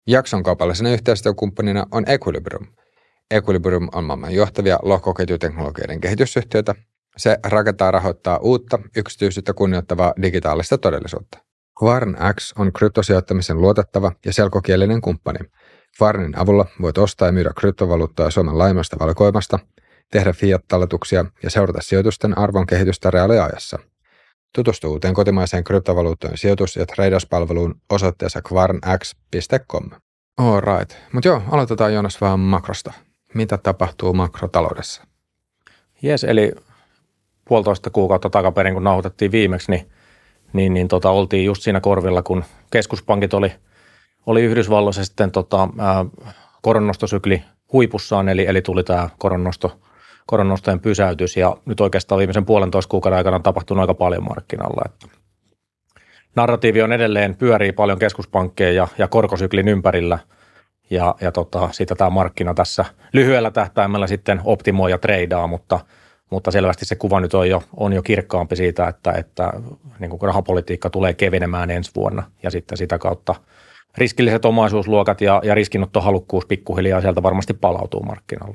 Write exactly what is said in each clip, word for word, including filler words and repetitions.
Jakson kaupallisena yhteistyökumppanina on Equilibrium. Equilibrium on maailman johtavia lohkoketjuteknologioiden kehitysyhtiöitä. Se rakentaa ja rahoittaa uutta, yksityisyyttä kunnioittavaa digitaalista todellisuutta. QuarnX on kryptosijoittamisen luotettava ja selkokielinen kumppani. Quarnin avulla voit ostaa ja myydä kryptovaluuttaa Suomen laajemmasta valikoimasta, tehdä fiat-talletuksia ja seurata sijoitusten arvon kehitystä reaaliajassa. Tutustu uuteen kotimaiseen kryptovaluuttojen sijoitus- ja treidauspalveluun osoitteessa quarnx piste com. All right. Mutta joo, aloitetaan Joonas vähän makrosta. Mitä tapahtuu makrotaloudessa? Jes, eli puolitoista kuukautta takaperin, kun nauhoitettiin viimeksi, niin, niin, niin tota, oltiin just siinä korvilla, kun keskuspankit oli, oli Yhdysvalloissa sitten tota, ää, koronnostosykli huipussaan, eli, eli tuli tämä koronnosto, koronnostojen pysäytys, ja nyt oikeastaan viimeisen puolentoista kuukauden aikana on tapahtunut aika paljon markkinalla. Että narratiivi on edelleen, pyörii paljon keskuspankkeja ja, ja korkosyklin ympärillä, ja, ja tota, siitä tämä markkina tässä lyhyellä tähtäimellä sitten optimoi ja treidaa, mutta Mutta selvästi se kuva nyt on jo, on jo kirkkaampi siitä, että, että niin kuin rahapolitiikka tulee kevenemään ensi vuonna ja sitten sitä kautta riskilliset omaisuusluokat ja, ja riskinottohalukkuus pikkuhiljaa sieltä varmasti palautuu markkinalle.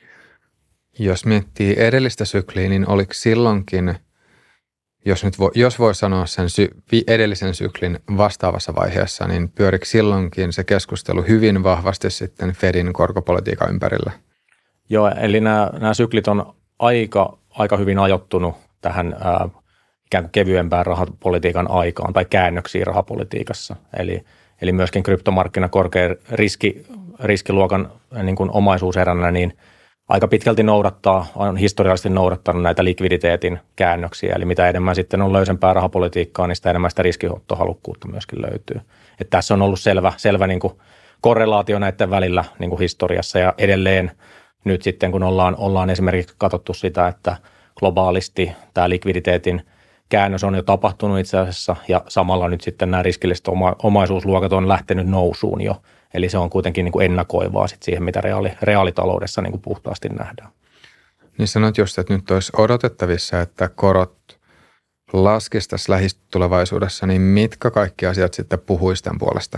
Jos miettii edellistä sykliä, niin oliko silloinkin, jos nyt voi, jos voi sanoa sen sy, edellisen syklin vastaavassa vaiheessa, niin pyörikö silloinkin se keskustelu hyvin vahvasti sitten Fedin korkopolitiikan ympärillä? Joo, eli nämä, nämä syklit on aika, aika hyvin ajoittunut tähän ää, ikään kuin kevyempään rahapolitiikan aikaan tai käännöksiin rahapolitiikassa. Eli, eli myöskin kryptomarkkina korkean riski, riskiluokan niin kuin omaisuuseränä niin aika pitkälti noudattaa, on historiallisesti noudattanut näitä likviditeetin käännöksiä. Eli mitä enemmän sitten on löysempää rahapolitiikkaa, niin sitä enemmän sitä riskinottohalukkuutta myöskin löytyy. Et tässä on ollut selvä, selvä niin kuin korrelaatio näiden välillä niin kuin historiassa ja edelleen nyt sitten, kun ollaan, ollaan esimerkiksi katsottu sitä, että globaalisti tämä likviditeetin käännös on jo tapahtunut itse asiassa ja samalla nyt sitten nämä riskilliset oma, omaisuusluokat on lähtenyt nousuun jo. Eli se on kuitenkin niin kuin ennakoivaa sit siihen, mitä reaali, reaalitaloudessa niin kuin puhtaasti nähdään. Niin sanoit just, että nyt olisi odotettavissa, että korot laskistaisi lähitulevaisuudessa, niin mitkä kaikki asiat sitten puhuisi tämän puolesta?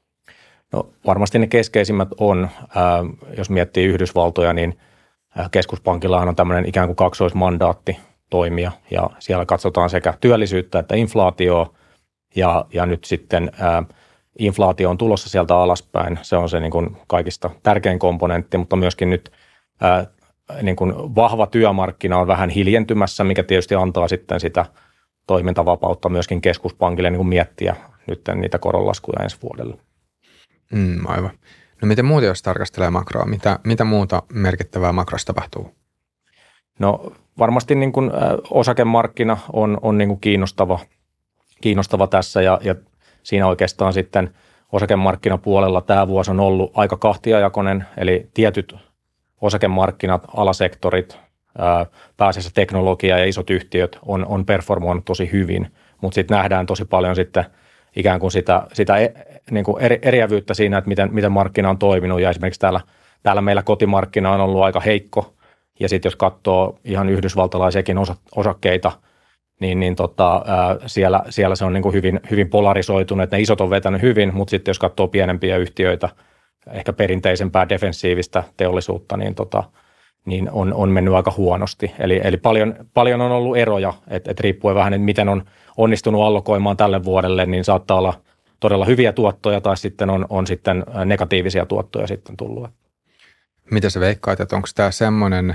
No varmasti ne keskeisimmät on, ää, jos miettii Yhdysvaltoja, niin keskuspankillahan on tämmöinen ikään kuin kaksoismandaatti toimia ja siellä katsotaan sekä työllisyyttä että inflaatioa ja, ja nyt sitten ää, inflaatio on tulossa sieltä alaspäin. Se on se niin kuin kaikista tärkein komponentti, mutta myöskin nyt ää, niin kuin vahva työmarkkina on vähän hiljentymässä, mikä tietysti antaa sitten sitä toimintavapautta myöskin keskuspankille niin kuin miettiä nyt niitä koronlaskuja ensi vuodelle. Mm, aivan. No miten muuta, jos tarkastelee makroa? Mitä, mitä muuta merkittävää makrossa tapahtuu? No varmasti niin kuin, ä, osakemarkkina on, on niin kuin kiinnostava, kiinnostava tässä ja, ja siinä oikeastaan sitten osakemarkkinapuolella tämä vuosi on ollut aika kahtiajakoinen, eli tietyt osakemarkkinat, alasektorit, ää, pääasiassa teknologia ja isot yhtiöt on, on performoinut tosi hyvin, mutta sitten nähdään tosi paljon sitten ikään kuin sitä, sitä niin kuin eri, eriävyyttä siinä, että miten, miten markkina on toiminut ja esimerkiksi täällä, täällä meillä kotimarkkina on ollut aika heikko ja sitten jos katsoo ihan yhdysvaltalaisiakin osa, osakkeita, niin, niin tota, ää, siellä, siellä se on niin kuin hyvin, hyvin polarisoitunut, että ne isot on vetänyt hyvin, mutta sitten jos katsoo pienempiä yhtiöitä, ehkä perinteisempää defensiivistä teollisuutta, niin, tota, niin on, on mennyt aika huonosti. Eli, eli paljon, paljon on ollut eroja, että et riippuen vähän, että miten on onnistunut allokoimaan tälle vuodelle, niin saattaa olla todella hyviä tuottoja tai sitten on, on sitten negatiivisia tuottoja sitten tullut. Mitä sä veikkaat, että onko tämä semmoinen,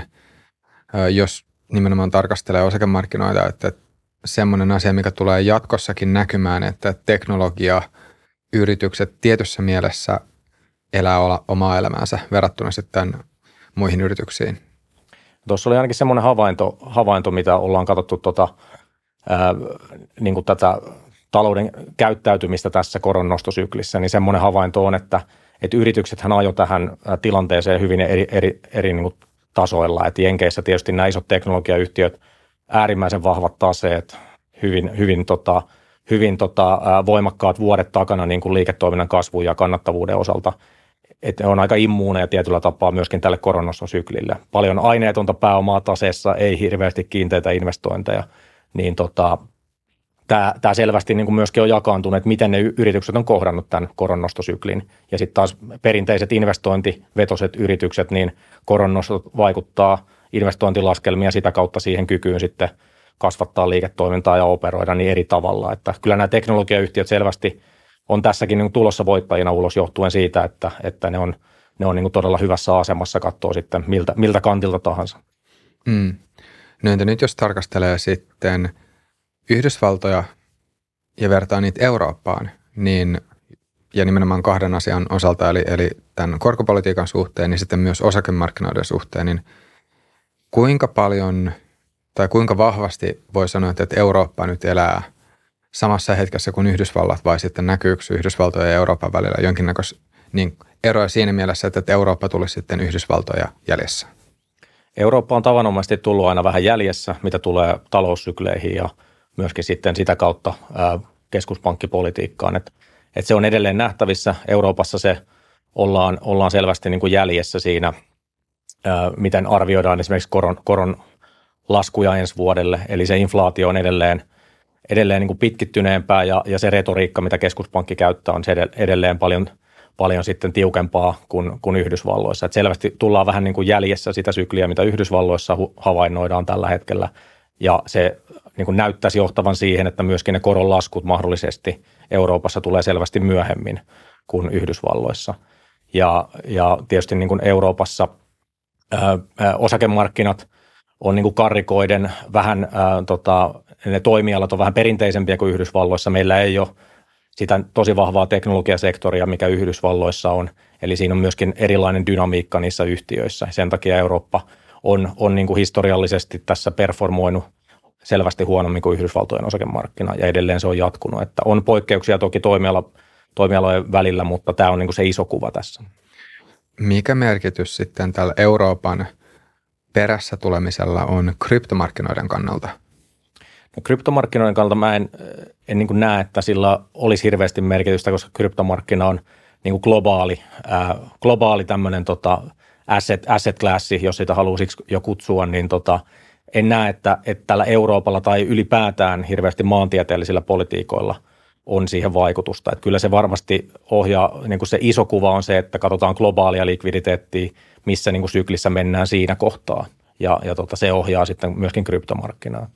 jos nimenomaan tarkastelee osakemarkkinoita, että semmoinen asia, mikä tulee jatkossakin näkymään, että teknologiayritykset tietyssä mielessä elää omaa elämäänsä verrattuna sitten muihin yrityksiin? Tuossa oli ainakin semmoinen havainto, havainto mitä ollaan katsottu tuota, ää, niin kuin tätä talouden käyttäytymistä tässä koronnostosyklissä, niin semmoinen havainto on, että, että yrityksethän ajoi tähän tilanteeseen hyvin eri, eri, eri niin kuin tasoilla. Et Jenkeissä tietysti nämä isot teknologiayhtiöt, äärimmäisen vahvat taseet, hyvin, hyvin, tota, hyvin tota, voimakkaat vuodet takana niin kuin liiketoiminnan kasvun ja kannattavuuden osalta. Että ne on aika immuuneja tietyllä tapaa myöskin tälle koronnostosyklille. Paljon aineetonta pääomaa taseessa, ei hirveästi kiinteitä investointeja, niin tota, tämä, tämä selvästi niin kuin myöskin on jakaantunut, että miten ne yritykset on kohdannut tämän koronnostosyklin. Ja sitten taas perinteiset investointivetoiset yritykset, niin koronnostot vaikuttaa investointilaskelmia sitä kautta siihen kykyyn sitten kasvattaa liiketoimintaa ja operoida niin eri tavalla. Että kyllä nämä teknologiayhtiöt selvästi on tässäkin niin kuin tulossa voittajina ulos johtuen siitä, että, että ne on, ne on niin kuin todella hyvässä asemassa katsoa sitten miltä, miltä kantilta tahansa. Mm. No entä nyt jos tarkastelee sitten Yhdysvaltoja ja vertaa niitä Eurooppaan, niin, ja nimenomaan kahden asian osalta, eli, eli tämän korkopolitiikan suhteen, niin sitten myös osakemarkkinoiden suhteen, niin kuinka paljon tai kuinka vahvasti voi sanoa, että Eurooppa nyt elää samassa hetkessä kuin Yhdysvallat, vai sitten näkyykö Yhdysvaltojen ja Euroopan välillä jonkinnäköistä niin eroja siinä mielessä, että Eurooppa tulisi sitten Yhdysvaltoja jäljessä? Eurooppa on tavanomaisesti tullut aina vähän jäljessä, mitä tulee taloussykleihin ja myöskin sitten sitä kautta ää, keskuspankkipolitiikkaan. Et, et se on edelleen nähtävissä. Euroopassa se ollaan, ollaan selvästi niin kuin jäljessä siinä, ää, miten arvioidaan esimerkiksi koron, koron laskuja ensi vuodelle. Eli se inflaatio on edelleen, edelleen niin kuin pitkittyneempää ja, ja se retoriikka, mitä keskuspankki käyttää, on se edelleen paljon paljon sitten tiukempaa kuin, kuin Yhdysvalloissa. Et selvästi tullaan vähän niin kuin jäljessä sitä sykliä, mitä Yhdysvalloissa havainnoidaan tällä hetkellä, ja se niin kuin näyttäisi johtavan siihen, että myöskin ne koronlaskut mahdollisesti Euroopassa tulee selvästi myöhemmin kuin Yhdysvalloissa. Ja, ja tietysti niin kuin Euroopassa ää, osakemarkkinat on niin kuin karrikoiden vähän, ää, tota, ne toimialat on vähän perinteisempiä kuin Yhdysvalloissa. Meillä ei ole sitä tosi vahvaa teknologiasektoria, mikä Yhdysvalloissa on. Eli siinä on myöskin erilainen dynamiikka niissä yhtiöissä. Sen takia Eurooppa on, on niin kuin historiallisesti tässä performoinut selvästi huonommin kuin Yhdysvaltojen osakemarkkina, ja edelleen se on jatkunut. Että on poikkeuksia toki toimiala, toimialojen välillä, mutta tämä on niin kuin se iso kuva tässä. Mikä merkitys sitten tällä Euroopan perässä tulemisella on kryptomarkkinoiden kannalta? No, kryptomarkkinoiden kannalta mä en, en niin kuin näe, että sillä olisi hirveästi merkitystä, koska kryptomarkkina on niin kuin globaali, ää, globaali tämmöinen tota asset, asset classi, jos sitä haluaa siksi jo kutsua, niin tota, en näe, että, että tällä Euroopalla tai ylipäätään hirveästi maantieteellisillä politiikoilla on siihen vaikutusta. Että kyllä se varmasti ohjaa, niin kuin se iso kuva on se, että katsotaan globaalia likviditeettiä, missä niin kuin syklissä mennään siinä kohtaa, ja, ja tota, se ohjaa sitten myöskin kryptomarkkinaa.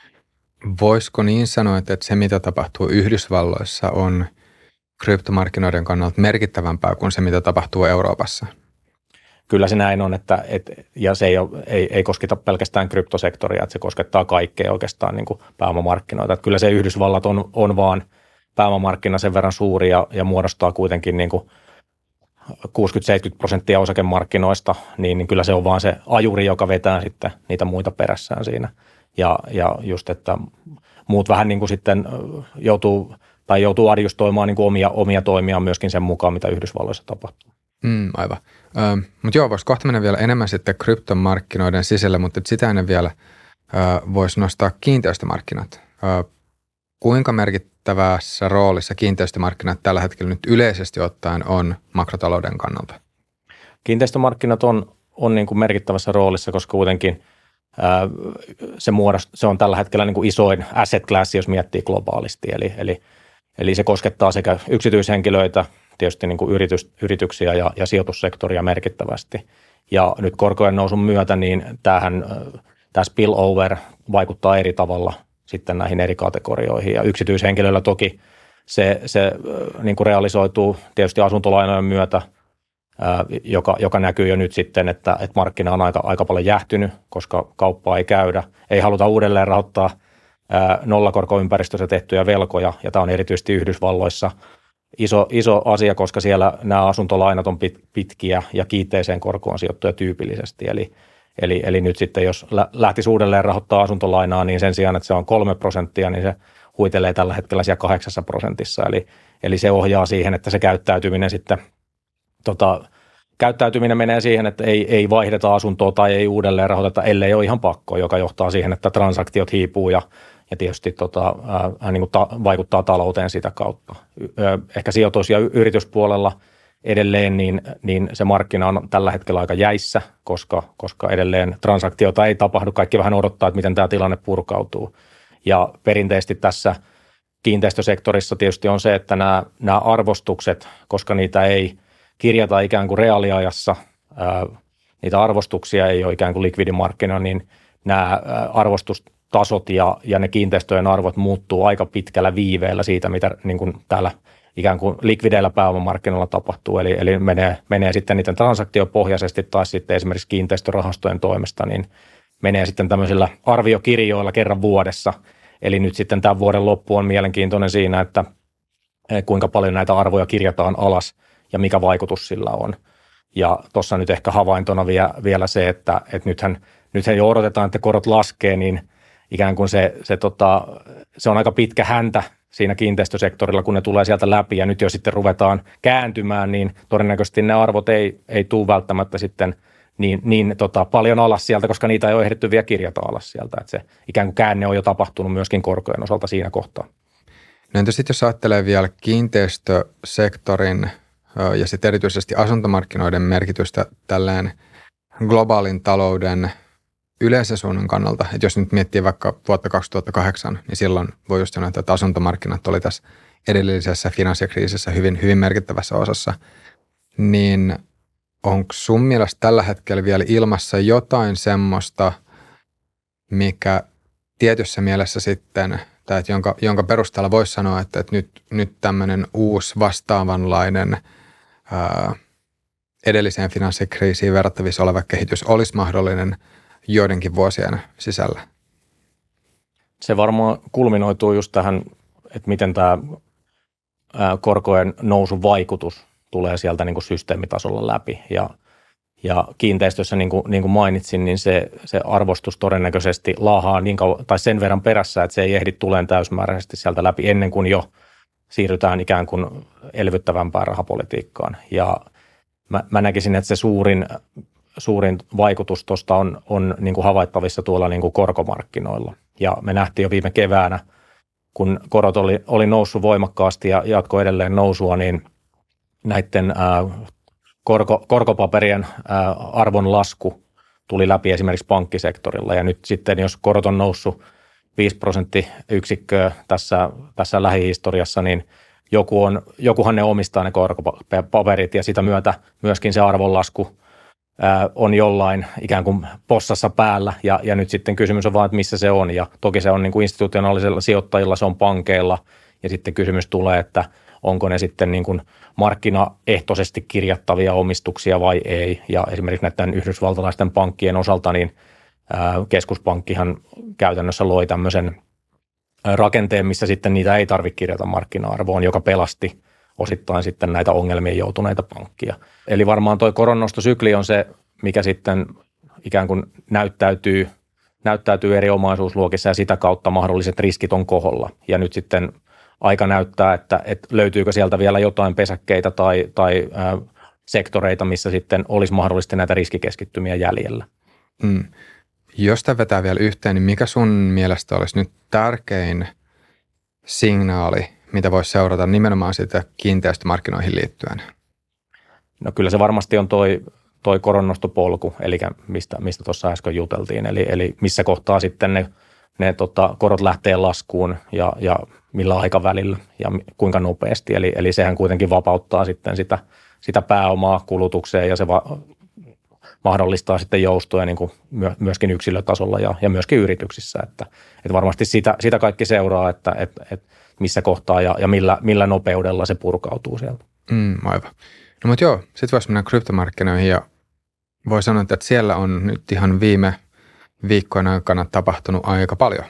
Voisiko niin sanoa, että se mitä tapahtuu Yhdysvalloissa on kryptomarkkinoiden kannalta merkittävämpää kuin se mitä tapahtuu Euroopassa? Kyllä se näin on, että, et, ja se ei, ole, ei, ei kosketa pelkästään kryptosektoria, että se koskettaa kaikkea oikeastaan niin kuin pääomamarkkinoita. Että kyllä se Yhdysvallat on, on vaan pääomamarkkina sen verran suuri ja, ja muodostaa kuitenkin niin kuin kuusikymmentä seitsemänkymmentä prosenttia osakemarkkinoista, niin, niin kyllä se on vaan se ajuri, joka vetää sitten niitä muita perässään siinä. Ja, ja just, että muut vähän niin kuin sitten joutuu, tai joutuu adjustoimaan niin kuin omia, omia toimia myöskin sen mukaan, mitä Yhdysvalloissa tapahtuu. Mm, aivan. Ö, mutta joo, voisi kohta mennä vielä enemmän sitten kryptomarkkinoiden sisällä, mutta sitä ennen vielä ö, voisi nostaa kiinteistömarkkinat. Ö, kuinka merkittävässä roolissa kiinteistömarkkinat tällä hetkellä nyt yleisesti ottaen on makrotalouden kannalta? Kiinteistömarkkinat on, on niin kuin merkittävässä roolissa, koska kuitenkin Se, muodost, se on tällä hetkellä niin kuin isoin asset class, jos miettii globaalisti. Eli, eli, eli se koskettaa sekä yksityishenkilöitä, tietysti niin kuin yritys, yrityksiä ja, ja sijoitussektoria merkittävästi. Ja nyt korkojen nousun myötä, niin tämähän, tämä spillover vaikuttaa eri tavalla sitten näihin eri kategorioihin. Ja yksityishenkilöillä toki se, se niin kuin realisoituu tietysti asuntolainojen myötä, Joka, joka näkyy jo nyt sitten, että, että markkina on aika, aika paljon jähtynyt, koska kauppaa ei käydä. Ei haluta uudelleen rahoittaa ää, nollakorkoympäristössä tehtyjä velkoja, ja tämä on erityisesti Yhdysvalloissa iso, iso asia, koska siellä nämä asuntolainat on pit, pitkiä ja kiinteiseen korkoon sijoittuja tyypillisesti. Eli, eli, eli nyt sitten, jos lähtisi uudelleen rahoittaa asuntolainaa, niin sen sijaan, että se on kolme prosenttia, niin se huitelee tällä hetkellä siellä kahdeksassa prosentissa. Eli, eli se ohjaa siihen, että se käyttäytyminen sitten Tota, käyttäytyminen menee siihen, että ei, ei vaihdeta asuntoa tai ei uudelleen rahoiteta, ellei ole ihan pakko, joka johtaa siihen, että transaktiot hiipuu ja, ja tietysti tota, ää, niin kuin ta, vaikuttaa talouteen sitä kautta. Ehkä sijoitus- ja yrityspuolella edelleen niin, niin se markkina on tällä hetkellä aika jäissä, koska, koska edelleen transaktiota ei tapahdu. Kaikki vähän odottaa, että miten tämä tilanne purkautuu. Ja perinteisesti tässä kiinteistösektorissa tietysti on se, että nämä, nämä arvostukset, koska niitä ei kirjata ikään kuin reaaliajassa, ää, niitä arvostuksia ei ole ikään kuin likvidimarkkina, niin nämä arvostustasot ja, ja ne kiinteistöjen arvot muuttuu aika pitkällä viiveellä siitä, mitä niin kuin täällä ikään kuin likvideillä pääomamarkkinoilla tapahtuu, eli, eli menee, menee sitten niiden transaktiopohjaisesti tai sitten esimerkiksi kiinteistörahastojen toimesta, niin menee sitten tämmöisillä arviokirjoilla kerran vuodessa. Eli nyt sitten tämän vuoden loppu on mielenkiintoinen siinä, että kuinka paljon näitä arvoja kirjataan alas ja mikä vaikutus sillä on. Ja tuossa nyt ehkä havaintona vielä, vielä se, että, että nythän, nythän jo odotetaan, että korot laskee, niin ikään kuin se, se, tota, se on aika pitkä häntä siinä kiinteistösektorilla, kun ne tulee sieltä läpi ja nyt jo sitten ruvetaan kääntymään, niin todennäköisesti ne arvot ei, ei tule välttämättä sitten niin, niin tota, paljon alas sieltä, koska niitä ei ole ehditty vielä kirjata alas sieltä. Että se ikään kuin käänne on jo tapahtunut myöskin korkojen osalta siinä kohtaa. No entä sitten jos ajattelee vielä kiinteistösektorin ja sitten erityisesti asuntomarkkinoiden merkitystä tälleen globaalin talouden yleisen suunnan kannalta, että jos nyt miettii vaikka vuotta kaksituhattakahdeksan, niin silloin voi just sanoa, että asuntomarkkinat oli tässä edellisessä finanssikriisissä hyvin, hyvin merkittävässä osassa, niin onko sun mielestä tällä hetkellä vielä ilmassa jotain semmoista, mikä tietyssä mielessä sitten, tai että jonka, jonka perusteella voisi sanoa, että, että nyt, nyt tämmöinen uusi vastaavanlainen ää, edelliseen finanssikriisiin verrattavissa oleva kehitys olisi mahdollinen joidenkin vuosien sisällä? Se varmaan kulminoituu just tähän, että miten tämä korkojen nousun vaikutus tulee sieltä niin kuin systeemitasolla läpi. Ja, ja kiinteistössä, niin kuin, niin kuin mainitsin, niin se, se arvostus todennäköisesti laahaa niin kauan, tai sen verran perässä, että se ei ehdi tuleen täysmääräisesti sieltä läpi ennen kuin jo siirrytään ikään kuin elvyttävämpään rahapolitiikkaan. Ja mä, mä näkisin, että se suurin Suurin vaikutus tuosta on, on niin kuin havaittavissa tuolla niin kuin korkomarkkinoilla. Ja me nähtiin jo viime keväänä, kun korot oli, oli noussut voimakkaasti ja jatkoi edelleen nousua, niin näiden ää, korko, korkopaperien ää, arvon lasku tuli läpi esimerkiksi pankkisektorilla. Ja nyt sitten, jos korot on noussut viisi prosenttiyksikköä tässä, tässä lähihistoriassa, niin joku on, jokuhan ne omistaa ne korkopaperit ja sitä myötä myöskin se arvonlasku on jollain ikään kuin possassa päällä ja, ja nyt sitten kysymys on vaan, että missä se on ja toki se on niin kuin institutionaalisilla sijoittajilla, se on pankeilla ja sitten kysymys tulee, että onko ne sitten niin kuin markkinaehtoisesti kirjattavia omistuksia vai ei ja esimerkiksi näiden yhdysvaltalaisten pankkien osalta niin keskuspankkihan käytännössä loi tämmöisen rakenteen, missä sitten niitä ei tarvitse kirjata markkina-arvoon, joka pelasti osittain sitten näitä ongelmiin joutuneita pankkia. Eli varmaan toi koronnostosykli on se, mikä sitten ikään kuin näyttäytyy, näyttäytyy eri omaisuusluokissa ja sitä kautta mahdolliset riskit on koholla. Ja nyt sitten aika näyttää, että, että löytyykö sieltä vielä jotain pesäkkeitä tai, tai ä, sektoreita, missä sitten olisi mahdollisesti näitä riskikeskittymiä jäljellä. Hmm. Jos tämä vetää vielä yhteen, niin mikä sun mielestä olisi nyt tärkein signaali, mitä voisi seurata nimenomaan siitä kiinteistömarkkinoihin liittyen? No kyllä se varmasti on toi, toi koronnostopolku, eli mistä, mistä tuossa äsken juteltiin, eli, eli missä kohtaa sitten ne, ne tota, korot lähtee laskuun ja, ja millä aikavälillä ja kuinka nopeasti, eli, eli sehän kuitenkin vapauttaa sitten sitä, sitä pääomaa kulutukseen ja se va, mahdollistaa sitten joustoja niin kuin myöskin yksilötasolla ja, ja myöskin yrityksissä, että, että varmasti sitä, sitä kaikki seuraa, että, että, että missä kohtaa ja, ja millä, millä nopeudella se purkautuu sieltä. Mm, aivan. No mutta joo, sitten voisi mennä kryptomarkkinoihin ja voi sanoa, että siellä on nyt ihan viime viikkojen aikana tapahtunut aika paljon.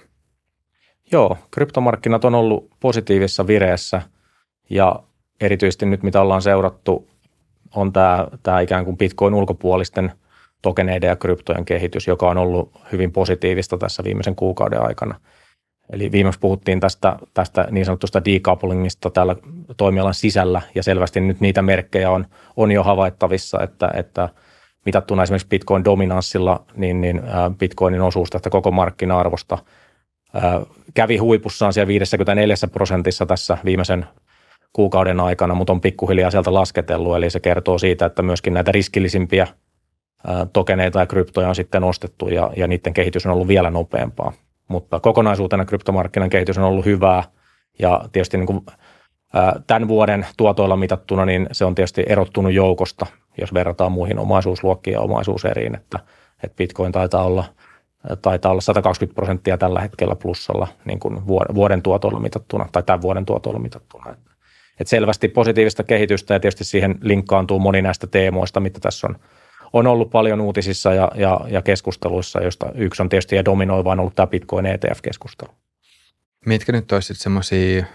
Joo, kryptomarkkinat on ollut positiivisessa vireessä ja erityisesti nyt mitä ollaan seurattu on tämä, tämä ikään kuin Bitcoin ulkopuolisten tokeneiden ja kryptojen kehitys, joka on ollut hyvin positiivista tässä viimeisen kuukauden aikana. Eli viimeksi puhuttiin tästä, tästä niin sanotusta decouplingista täällä toimialan sisällä, ja selvästi nyt niitä merkkejä on, on jo havaittavissa, että, että mitattuna esimerkiksi Bitcoin-dominanssilla, niin, niin Bitcoinin osuus tästä koko markkina-arvosta ää, kävi huipussaan siellä viisikymmentäneljä prosentissa tässä viimeisen kuukauden aikana, mutta on pikkuhiljaa sieltä lasketellut, eli se kertoo siitä, että myöskin näitä riskillisimpiä ää, tokeneita ja kryptoja on sitten ostettu, ja, ja niiden kehitys on ollut vielä nopeampaa. Mutta kokonaisuutena kryptomarkkinan kehitys on ollut hyvää Ja tietysti niin kuin, ää, tämän vuoden tuotoilla mitattuna, niin se on tietysti erottunut joukosta, jos verrataan muihin omaisuusluokkiin ja omaisuuseriin, että, että Bitcoin taitaa olla, taitaa olla sata kaksikymmentä prosenttia tällä hetkellä plussalla niin kuin vuoden tuotoilla mitattuna tai tämän vuoden tuotoilla mitattuna. Että selvästi positiivista kehitystä ja tietysti siihen linkkaantuu moni näistä teemoista, mitä tässä on, on ollut paljon uutisissa ja, ja, ja keskusteluissa, joista yksi on tietysti ja dominoiva on ollut tämä Bitcoin E T F-keskustelu. Mitkä nyt olisivat semmoisia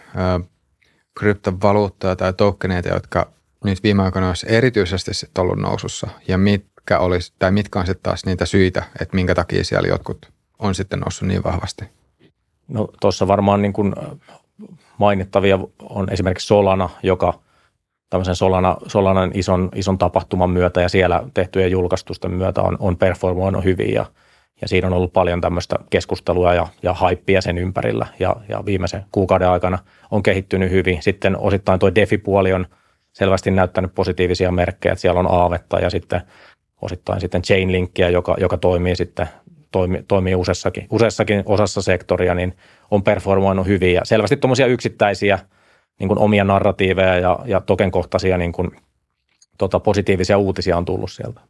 kryptovaluuttoja tai tokeneita, jotka nyt viime aikoina olisi erityisesti sit ollut nousussa ja mitkä, olisi, tai mitkä on sitten taas niitä syitä, että minkä takia siellä jotkut on sitten noussut niin vahvasti? No tuossa varmaan niin kuin mainittavia on esimerkiksi Solana, joka tämmöisen Solana, Solanan ison, ison tapahtuman myötä ja siellä tehtyjen julkaistusten myötä on, on performoinut hyvin ja, ja siinä on ollut paljon tämmöistä keskustelua ja, ja haippia sen ympärillä ja, ja viimeisen kuukauden aikana on kehittynyt hyvin. Sitten osittain tuo DeFi-puoli on selvästi näyttänyt positiivisia merkkejä, että siellä on Aavetta ja sitten osittain sitten Chainlinkia, joka, joka toimii sitten toimii, toimii useassakin, useassakin osassa sektoria, niin on performoinut hyvin ja selvästi tuommoisia yksittäisiä niin kuin omia narratiiveja ja, ja tokenkohtaisia niin kuin, tota, positiivisia uutisia on tullut sieltä.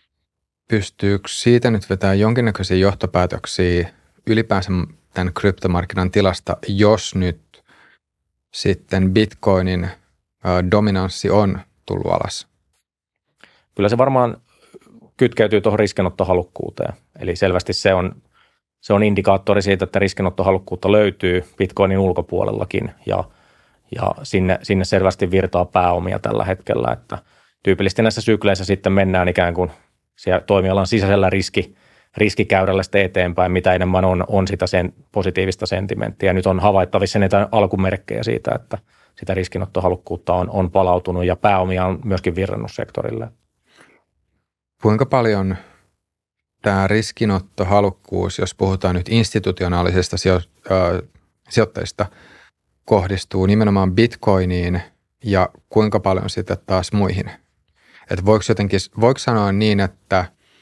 Pystyykö siitä nyt vetämään jonkinnäköisiä johtopäätöksiä ylipäänsä tämän kryptomarkkinan tilasta, jos nyt sitten Bitcoinin ä, dominanssi on tullut alas? Kyllä se varmaan kytkeytyy tuohon riskinottohalukkuuteen. Eli selvästi se on, se on indikaattori siitä, että riskinottohalukkuutta löytyy Bitcoinin ulkopuolellakin ja, ja sinne, sinne selvästi virtaa pääomia tällä hetkellä. Että tyypillisesti näissä sykleissä sitten mennään ikään kuin siellä toimialan sisäisellä riski, riskikäyrällä sitten eteenpäin, mitä enemmän on, on sitä sen positiivista sentimenttiä. Nyt on havaittavissa niitä alkumerkkejä siitä, että sitä riskinottohalukkuutta on, on palautunut ja pääomia on myöskin virrannut sektorille. Kuinka paljon tämä riskinottohalukkuus, jos puhutaan nyt institutionaalisista sijo- äh, sijoittajista, kohdistuu nimenomaan Bitcoiniin ja kuinka paljon sitä taas muihin? Että voiko jotenkin, voiko sanoa niin, että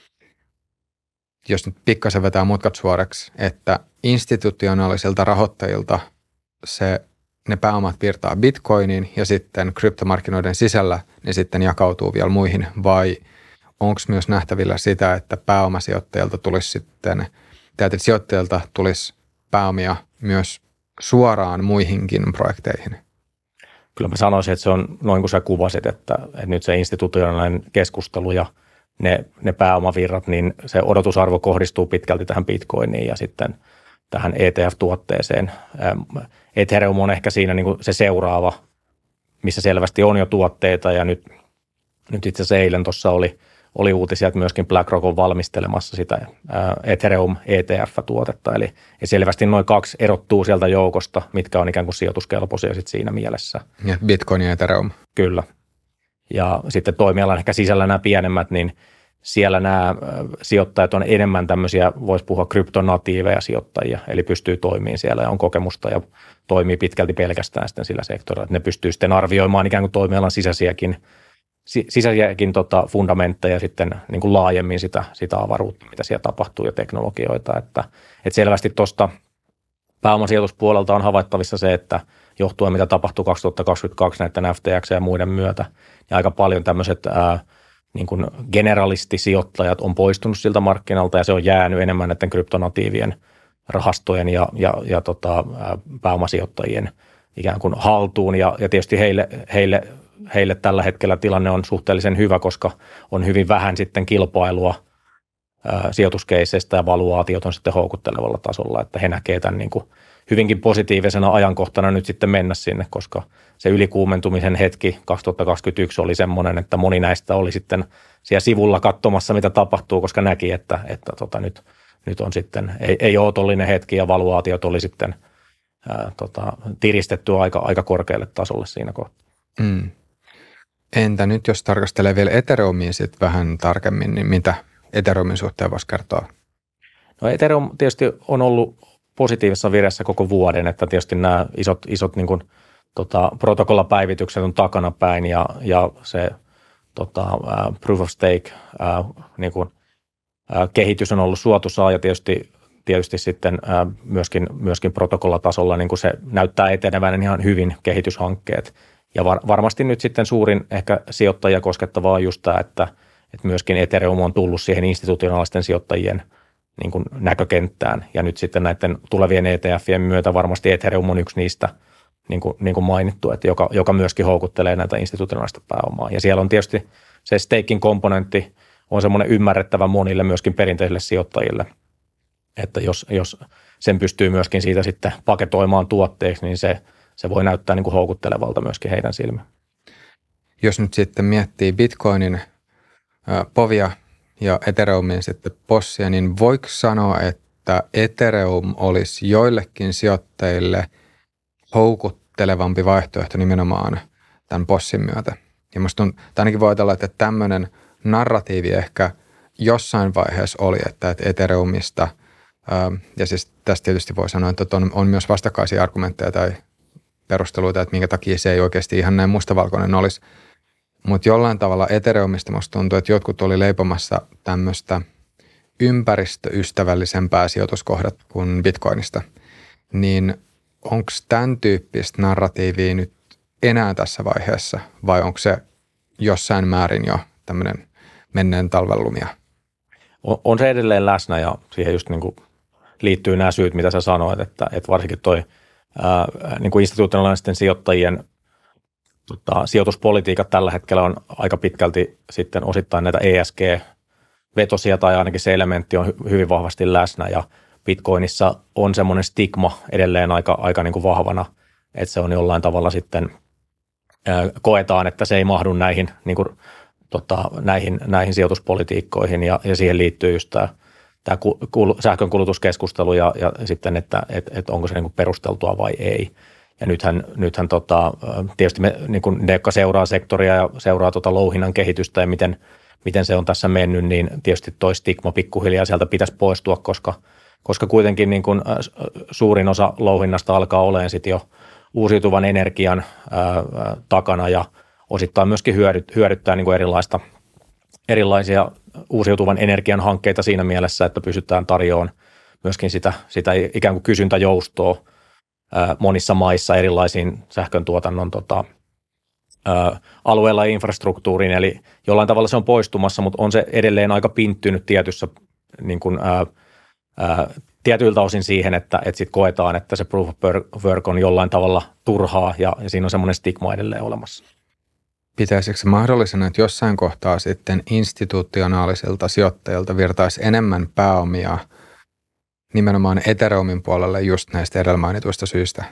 jos nyt pikkasen vetää mutkat suoreksi, että institutionaalisilta rahoittajilta se, ne pääomat virtaa Bitcoiniin ja sitten kryptomarkkinoiden sisällä ne sitten jakautuu vielä muihin, vai onko myös nähtävillä sitä, että pääomasijoittajilta tulisi sitten, tai että sijoittajilta tulisi pääomia myös suoraan muihinkin projekteihin? Kyllä mä sanoisin, että se on noin kuin sä kuvasit, että, että nyt se institutionaalinen keskustelu ja ne, ne pääomavirrat, niin se odotusarvo kohdistuu pitkälti tähän Bitcoiniin ja sitten tähän E T F-tuotteeseen. Ethereum on ehkä siinä niin kuin se seuraava, missä selvästi on jo tuotteita ja nyt, nyt itse asiassa eilen tuossa oli, oli uutisia, että myöskin BlackRock on valmistelemassa sitä Ethereum E T F-tuotetta. Eli selvästi noin kaksi erottuu sieltä joukosta, mitkä on ikään kuin sijoituskelpoisia sit siinä mielessä. Ja Bitcoin ja Ethereum. Kyllä. Ja sitten toimialan ehkä sisällä nämä pienemmät, niin siellä nämä sijoittajat on enemmän tämmöisiä, voisi puhua kryptonatiiveja sijoittajia, eli pystyy toimimaan siellä ja on kokemusta ja toimii pitkälti pelkästään sitten sillä sektorilla. Ne pystyy sitten arvioimaan ikään kuin toimialan sisäisiäkin, sisäisiäkin tota fundamentteja sitten niin kuin laajemmin sitä, sitä avaruutta, mitä siellä tapahtuu ja teknologioita. Että, että selvästi tuosta pääomasijoituspuolelta on havaittavissa se, että johtuen mitä tapahtui kaksituhattakaksikymmentäkaksi näiden F T X ja muiden myötä, ja aika paljon tämmöiset ää, niin kuin generalistisijoittajat on poistunut siltä markkinalta ja se on jäänyt enemmän näiden kryptonatiivien rahastojen ja, ja, ja tota, pääomasijoittajien ikään kuin haltuun ja, ja tietysti heille, heille, heille tällä hetkellä tilanne on suhteellisen hyvä, koska on hyvin vähän sitten kilpailua ää, sijoituskeiseistä ja valuaatiot on sitten houkuttelevalla tasolla, että he näkee tämän niin kuin hyvinkin positiivisena ajankohtana nyt sitten mennä sinne, koska se ylikuumentumisen hetki kaksituhattakaksikymmentäyksi oli semmoinen, että moni näistä oli sitten siellä sivulla katsomassa, mitä tapahtuu, koska näki, että, että tota nyt, nyt on sitten, ei, ei ole otollinen hetki ja valuaatiot oli sitten ää, tota, tiristetty aika, aika korkealle tasolle siinä kohtaa. Mm. Entä nyt, jos tarkastelee vielä Ethereumia sitten vähän tarkemmin, niin mitä Ethereumin suhteen voisi kertoa? No Ethereum tietysti on ollut positiivisessa vireessä koko vuoden, että tietysti nämä isot, isot niin kuin, tota, protokollapäivitykset on takana päin ja, ja se tota, uh, proof of stake uh, niin kuin, uh, kehitys on ollut suotuisaa ja tietysti tietysti sitten ää, myöskin, myöskin protokollatasolla niin kuin se näyttää etenevän ihan hyvin kehityshankkeet. Ja var, varmasti nyt sitten suurin ehkä sijoittajia koskettavaa on just tämä, että, että myöskin Ethereum on tullut siihen institutionaalisten sijoittajien niin kuin näkökenttään. Ja nyt sitten näiden tulevien E T F:ien myötä varmasti Ethereum on yksi niistä, niin kuin, niin kuin mainittu, että joka, joka myöskin houkuttelee näitä institutionaalista pääomaa. Ja siellä on tietysti se staking komponentti on semmoinen ymmärrettävä monille myöskin perinteisille sijoittajille, että jos, jos sen pystyy myöskin siitä sitten paketoimaan tuotteeksi, niin se, se voi näyttää niin kuin houkuttelevalta myöskin heidän silmiin. Jos nyt sitten miettii Bitcoinin ää, povia ja Ethereumin sitten possia, niin voiko sanoa, että Ethereum olisi joillekin sijoittajille houkuttelevampi vaihtoehto nimenomaan tämän possin myötä? Ja musta on, tai ainakin voi ajatella, että tämmöinen narratiivi ehkä jossain vaiheessa oli, että Ethereumista, ää, ja siis tästä tietysti voi sanoa, että on, on myös vastakkaisia argumentteja tai perusteluita, että minkä takia se ei oikeasti ihan näin mustavalkoinen olisi. Mutta jollain tavalla Ethereumista musta tuntuu, että jotkut oli leipomassa tämmöistä ympäristöystävällisempää sijoituskohdat kuin Bitcoinista. Niin onko tämän tyyppistä narratiivia nyt enää tässä vaiheessa vai onko se jossain määrin jo tämmöinen menneen talven lumia? On, on se edelleen läsnä ja siihen just niin kuin liittyy nämä syyt, mitä sä sanoit, että, että varsinkin toi ää, niin kuin institutionaalisten sijoittajien tota, sijoituspolitiikat tällä hetkellä on aika pitkälti sitten osittain näitä E S G-vetosia tai ainakin se elementti on hy- hyvin vahvasti läsnä ja Bitcoinissa on semmoinen stigma edelleen aika, aika niin kuin vahvana, että se on jollain tavalla sitten ää, koetaan, että se ei mahdu näihin, niin kuin, tota, näihin, näihin sijoituspolitiikkoihin ja, ja siihen liittyy just tämä, tämä kul- sähkönkulutuskeskustelu ja, ja sitten, että et, et onko se niin kuin perusteltua vai ei. Ja nythän, nythän tota, tietysti me, niin kuin ne, jotka seuraa sektoria ja seuraa tota louhinnan kehitystä ja miten, miten se on tässä mennyt, niin tietysti toi stigma pikkuhiljaa sieltä pitäisi poistua, koska, koska kuitenkin niin kuin suurin osa louhinnasta alkaa olemaan sitten jo uusiutuvan energian ää, takana ja osittain myöskin hyödyt, hyödyttää niin kuin erilaista, erilaisia uusiutuvan energian hankkeita siinä mielessä, että pystytään tarjoamaan myöskin sitä, sitä ikään kuin kysyntäjoustoa monissa maissa erilaisiin sähköntuotannon tota, ä, alueella ja infrastruktuuriin, eli jollain tavalla se on poistumassa, mutta on se edelleen aika pinttynyt tietyssä, niin kuin, ä, ä, tietyiltä osin siihen, että et sit koetaan, että se proof of work on jollain tavalla turhaa ja, ja siinä on semmoinen stigma edelleen olemassa. Pitäisikö se mahdollisena, että jossain kohtaa sitten institutionaalisilta sijoittajilta virtaisi enemmän pääomia nimenomaan Ethereumin puolelle just näistä edellä mainituista syistä?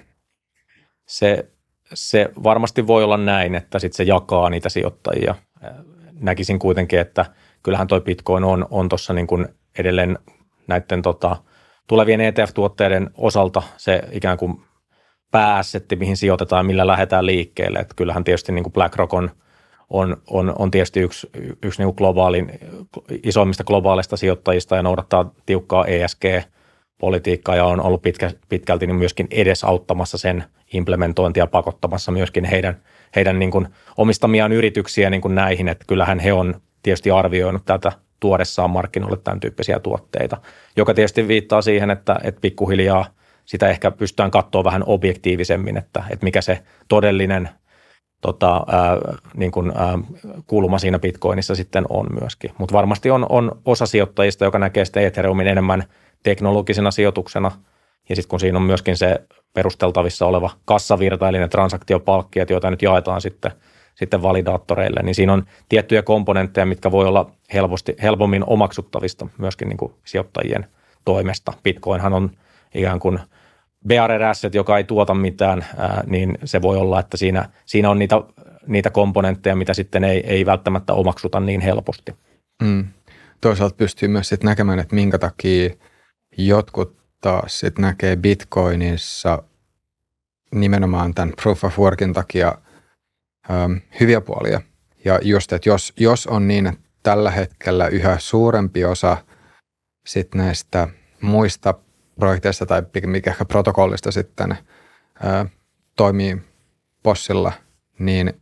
Se, se varmasti voi olla näin, että sit se jakaa niitä sijoittajia. Näkisin kuitenkin, että kyllähän toi Bitcoin on, on tuossa niin kuin edelleen näiden tota, tulevien E T F-tuotteiden osalta se ikään kuin pääassetti, mihin sijoitetaan, millä lähdetään liikkeelle. Että kyllähän tietysti niin kuin BlackRock on, on, on, on tietysti yksi, yksi niin kuin globaalin, isoimmista globaaleista sijoittajista ja noudattaa tiukkaa E S G-politiikkaa ja on ollut pitkä, pitkälti niin myöskin edesauttamassa sen implementointia, pakottamassa myöskin heidän, heidän niin kuin omistamiaan yrityksiä niin kuin näihin, että kyllähän he on tietysti arvioinut tätä tuodessaan markkinoille tämän tyyppisiä tuotteita, joka tietysti viittaa siihen, että, että pikkuhiljaa sitä ehkä pystytään katsoa vähän objektiivisemmin, että, että mikä se todellinen tota, ää, niin kuin, ää, kulma siinä Bitcoinissa sitten on myöskin. Mutta varmasti on, on osa sijoittajista, joka näkee sitten Ethereumin enemmän teknologisena sijoituksena, ja sitten kun siinä on myöskin se perusteltavissa oleva kassavirta, eli ne transaktiopalkkiot, joita nyt jaetaan sitten, sitten validaattoreille, niin siinä on tiettyjä komponentteja, mitkä voi olla helposti, helpommin omaksuttavista myöskin niin kuin sijoittajien toimesta. Bitcoinhan on ikään kuin bearer asset, joka ei tuota mitään, ää, niin se voi olla, että siinä, siinä on niitä, niitä komponentteja, mitä sitten ei, ei välttämättä omaksuta niin helposti. Mm. Toisaalta pystyy myös sit näkemään, että minkä takia jotkut taas sit näkee Bitcoinissa nimenomaan tämän proof of workin takia ähm, hyviä puolia. Ja just, että jos, jos on niin, että tällä hetkellä yhä suurempi osa sit näistä muista projekteista tai mikä ehkä protokollista sitten ää, toimii Possilla, niin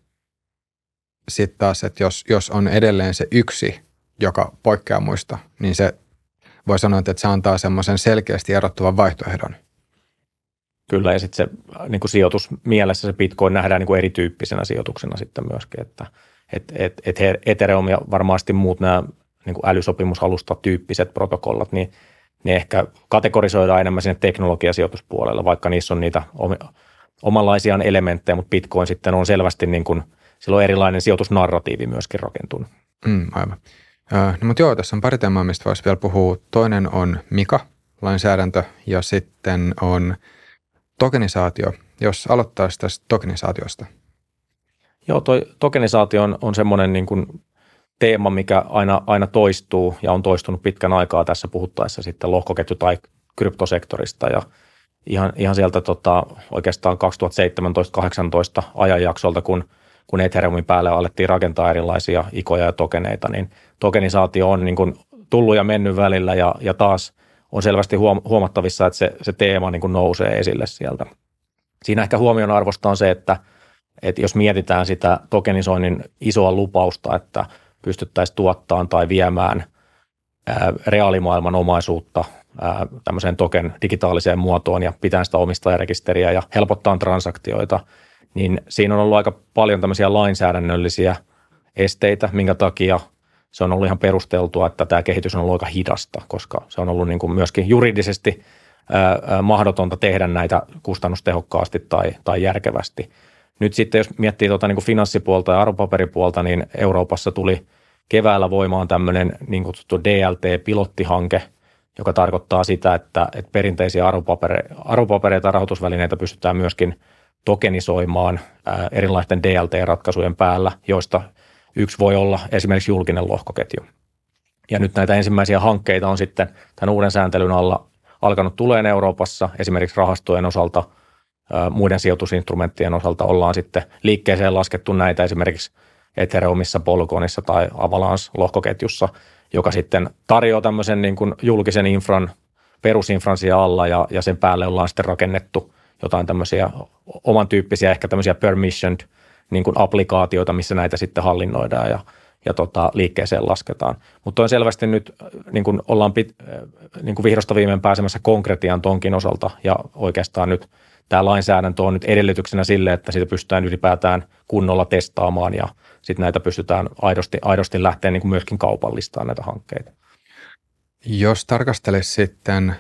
sitten taas, että jos, jos on edelleen se yksi, joka poikkeaa muista, niin se voi sanoa, että se antaa semmoisen selkeästi erottuvan vaihtoehdon. Kyllä, ja sitten se niin kuin sijoitusmielessä se Bitcoin nähdään niin kuin erityyppisenä sijoituksena sitten myöskin, että et, et, et Ethereum ja varmasti muut nämä niin kuin älysopimusalusta-tyyppiset protokollat, niin ne ehkä kategorisoidaan enemmän sinne teknologiasijoituspuolelle, vaikka niissä on niitä omanlaisiaan elementtejä, mutta Bitcoin sitten on selvästi, niin kuin, sillä on erilainen sijoitusnarratiivi myöskin rakentunut. Mm, aivan. No, mutta joo, tässä on pari teemaa, mistä voisi vielä puhua. Toinen on Mika, lainsäädäntö, ja sitten on tokenisaatio, jos aloittaisi tästä tokenisaatiosta. Joo, toi tokenisaatio on, on semmoinen niin kuin teema, mikä aina, aina toistuu ja on toistunut pitkän aikaa tässä puhuttaessa sitten lohkoketju- tai kryptosektorista ja ihan, ihan sieltä tota, oikeastaan kaksituhattaseitsemäntoista kahdeksantoista ajanjaksolta, kun, kun Ethereumin päälle alettiin rakentaa erilaisia ikoja ja tokeneita, niin tokenisaatio on niin kuin tullut ja mennyt välillä ja, ja taas on selvästi huomattavissa, että se, se teema niin kuin nousee esille sieltä. Siinä ehkä huomion arvosta on se, että, että jos mietitään sitä tokenisoinnin isoa lupausta, että pystyttäisiin tuottamaan tai viemään ää, reaalimaailman omaisuutta ää, tämmöiseen token digitaaliseen muotoon ja pitää sitä omistajarekisteriä ja helpottaa transaktioita, niin siinä on ollut aika paljon tämmöisiä lainsäädännöllisiä esteitä, minkä takia se on ollut ihan perusteltua, että tämä kehitys on ollut aika hidasta, koska se on ollut niin kuin myöskin juridisesti ää, mahdotonta tehdä näitä kustannustehokkaasti tai, tai järkevästi. Nyt sitten, jos miettii tuota niin kuin finanssipuolta ja arvopaperipuolta, niin Euroopassa tuli keväällä voimaan tämmöinen niin kutsuttu D L T-pilottihanke, joka tarkoittaa sitä, että, että perinteisiä arvopapere- arvopapereita ja rahoitusvälineitä pystytään myöskin tokenisoimaan ää, erilaisten D L T-ratkaisujen päällä, joista yksi voi olla esimerkiksi julkinen lohkoketju. Ja nyt näitä ensimmäisiä hankkeita on sitten tämän uuden sääntelyn alla alkanut tulemaan Euroopassa, esimerkiksi rahastojen osalta, muiden sijoitusinstrumenttien osalta ollaan sitten liikkeeseen laskettu näitä esimerkiksi Ethereumissa, Polygonissa tai Avalanche-lohkoketjussa, joka sitten tarjoaa tämmöisen niin kuin julkisen infran, perusinfran siellä alla ja, ja sen päälle ollaan sitten rakennettu jotain tämmöisiä oman tyyppisiä, ehkä tämmöisiä permissioned niin kuin applikaatioita, missä näitä sitten hallinnoidaan ja, ja tota, liikkeeseen lasketaan. Mutta on selvästi nyt, niin kuin ollaan pit, niin kuin vihdosta viimein pääsemässä konkretian tonkin osalta ja oikeastaan nyt tämä lainsäädäntö on nyt edellytyksenä sille, että sitä pystytään ylipäätään kunnolla testaamaan ja sitten näitä pystytään aidosti, aidosti lähteä niin kuin myöskin kaupallistamaan näitä hankkeita. Jos tarkastelisi sitten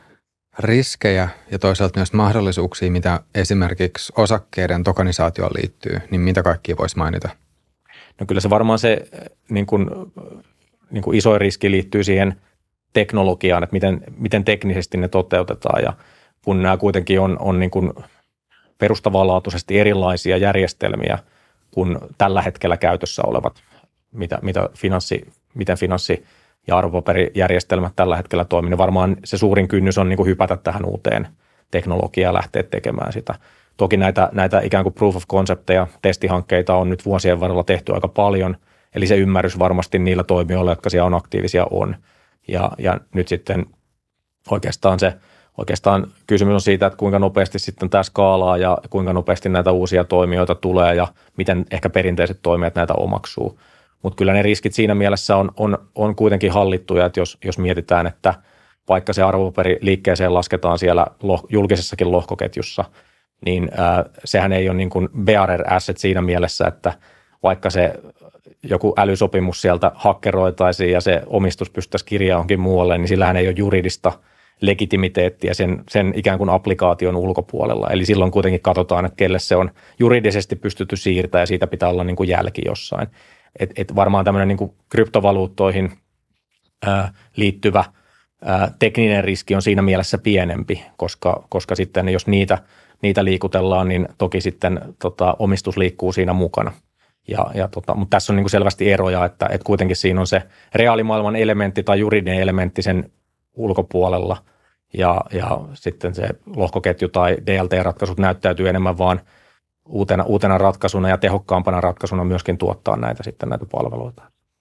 riskejä ja toisaalta myös mahdollisuuksia, mitä esimerkiksi osakkeiden tokenisaatioon liittyy, niin mitä kaikkia voisi mainita? No kyllä se varmaan se niin kuin, niin kuin isoin riski liittyy siihen teknologiaan, että miten, miten teknisesti ne toteutetaan ja kun nämä kuitenkin on, on niin kuin perustavanlaatuisesti erilaisia järjestelmiä kuin tällä hetkellä käytössä olevat, mitä, mitä finanssi, miten finanssi- ja arvopaperijärjestelmät tällä hetkellä toimii, niin varmaan se suurin kynnys on niin kuin hypätä tähän uuteen teknologiaan ja lähteä tekemään sitä. Toki näitä, näitä ikään kuin proof of concepteja, testihankkeita on nyt vuosien varrella tehty aika paljon, eli se ymmärrys varmasti niillä toimijoilla, jotka siellä on aktiivisia on. Ja, ja nyt sitten oikeastaan se Oikeastaan kysymys on siitä, että kuinka nopeasti sitten tämä skaalaa ja kuinka nopeasti näitä uusia toimijoita tulee ja miten ehkä perinteiset toimijat näitä omaksuu. Mutta kyllä ne riskit siinä mielessä on, on, on kuitenkin hallittuja, että jos, jos mietitään, että vaikka se arvopaperi liikkeeseen lasketaan siellä loh, julkisessakin lohkoketjussa, niin ää, sehän ei ole niin kuin bearer asset siinä mielessä, että vaikka se joku älysopimus sieltä hakkeroitaisiin ja se omistus pystyttäisiin kirjaa johonkin muualle, niin sillähän ei ole juridista legitimiteettiä sen, sen ikään kuin applikaation ulkopuolella. Eli silloin kuitenkin katsotaan, että kelle se on juridisesti pystytty siirtämään ja siitä pitää olla niin kuin jälki jossain. Et, et varmaan tämmöinen niin kuin kryptovaluuttoihin ää, liittyvä ää, tekninen riski on siinä mielessä pienempi, koska, koska sitten jos niitä, niitä liikutellaan, niin toki sitten tota, omistus liikkuu siinä mukana. Ja, ja tota, mutta tässä on niin kuin selvästi eroja, että, että kuitenkin siinä on se reaalimaailman elementti tai juridinen elementti sen ulkopuolella ja, ja sitten se lohkoketju tai D L T-ratkaisut näyttäytyy enemmän vaan uutena, uutena ratkaisuna ja tehokkaampana ratkaisuna myöskin tuottaa näitä sitten näitä palveluita.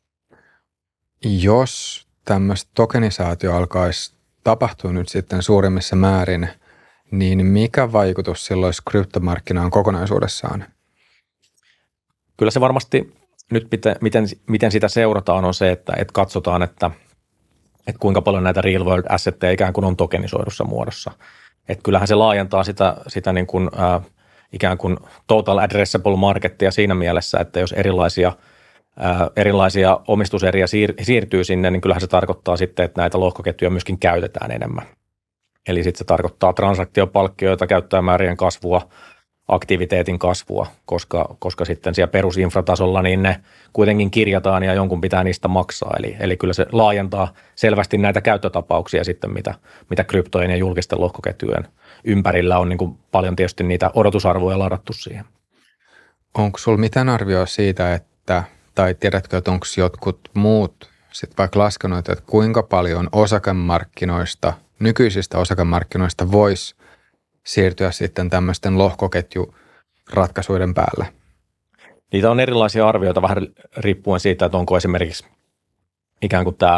Jos tämmöistä tokenisaatio alkaisi tapahtua nyt sitten suurimmissa määrin, niin mikä vaikutus silloin olisi kryptomarkkinaan kokonaisuudessaan? Kyllä se varmasti nyt miten, miten, miten sitä seurataan on se, että, että katsotaan, että että kuinka paljon näitä real world assetteja ikään kuin on tokenisoidussa muodossa. Että kyllähän se laajentaa sitä, sitä niin kuin, äh, ikään kuin total addressable markettia siinä mielessä, että jos erilaisia, äh, erilaisia omistuseriä siir- siirtyy sinne, niin kyllähän se tarkoittaa sitten, että näitä lohkoketjuja myöskin käytetään enemmän. Eli sitten se tarkoittaa transaktiopalkkioita, käyttäjämäärien kasvua, aktiviteetin kasvua, koska, koska sitten siellä perusinfratasolla niin ne kuitenkin kirjataan ja jonkun pitää niistä maksaa. Eli, eli kyllä se laajentaa selvästi näitä käyttötapauksia sitten, mitä, mitä kryptojen ja julkisten lohkoketjujen ympärillä on niin kuin paljon tietysti niitä odotusarvoja ladattu siihen. Onko sulla mitään arvioa siitä, että, tai tiedätkö, että onko jotkut muut sitten vaikka laskenut, että kuinka paljon osakemarkkinoista, nykyisistä osakemarkkinoista voisi siirtyä sitten tämmöisten lohkoketjuratkaisuiden päälle? Niitä on erilaisia arvioita vähän riippuen siitä, että onko esimerkiksi ikään kuin tämä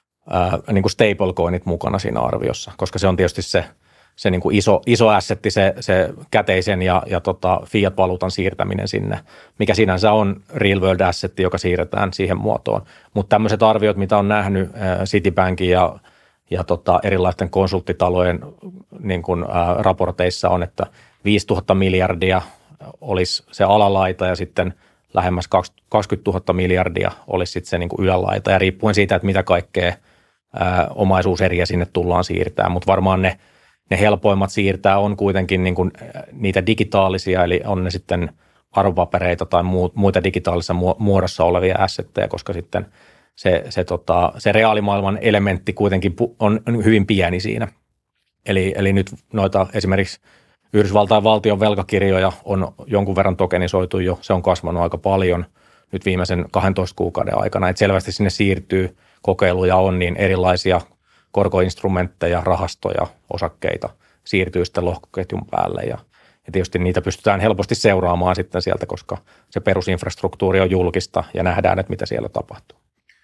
ää, niin kuin stablecoinit mukana siinä arviossa, koska se on tietysti se, se niin kuin iso, iso assetti, se, se käteisen ja, ja tota fiat-valuutan siirtäminen sinne, mikä sinänsä on real world assetti, joka siirretään siihen muotoon. Mutta tämmöiset arviot, mitä on nähnyt ää, Citibankin ja ja tota, erilaisten konsulttitalojen niin kuin, ää, raporteissa on, että viisituhatta miljardia olisi se alalaita ja sitten lähemmäs kaksikymmentätuhatta miljardia olisi sitten se niin kuin ylälaita ja riippuen siitä, että mitä kaikkea ää, omaisuuseriä sinne tullaan siirtää, mutta varmaan ne, ne helpoimmat siirtää on kuitenkin niin kuin, niitä digitaalisia, eli on ne sitten arvopapereita tai muita digitaalisessa muodossa olevia assetteja, koska sitten Se, se, tota, se reaalimaailman elementti kuitenkin on hyvin pieni siinä. Eli, eli nyt noita esimerkiksi Yhdysvaltain valtion velkakirjoja on jonkun verran tokenisoitu jo, se on kasvanut aika paljon nyt viimeisen kahdentoista kuukauden aikana. Et selvästi sinne siirtyy, kokeiluja on, niin erilaisia korkoinstrumentteja, rahastoja, osakkeita siirtyy sitten lohkoketjun päälle. Ja, ja tietysti niitä pystytään helposti seuraamaan sitten sieltä, koska se perusinfrastruktuuri on julkista ja nähdään, että mitä siellä tapahtuu.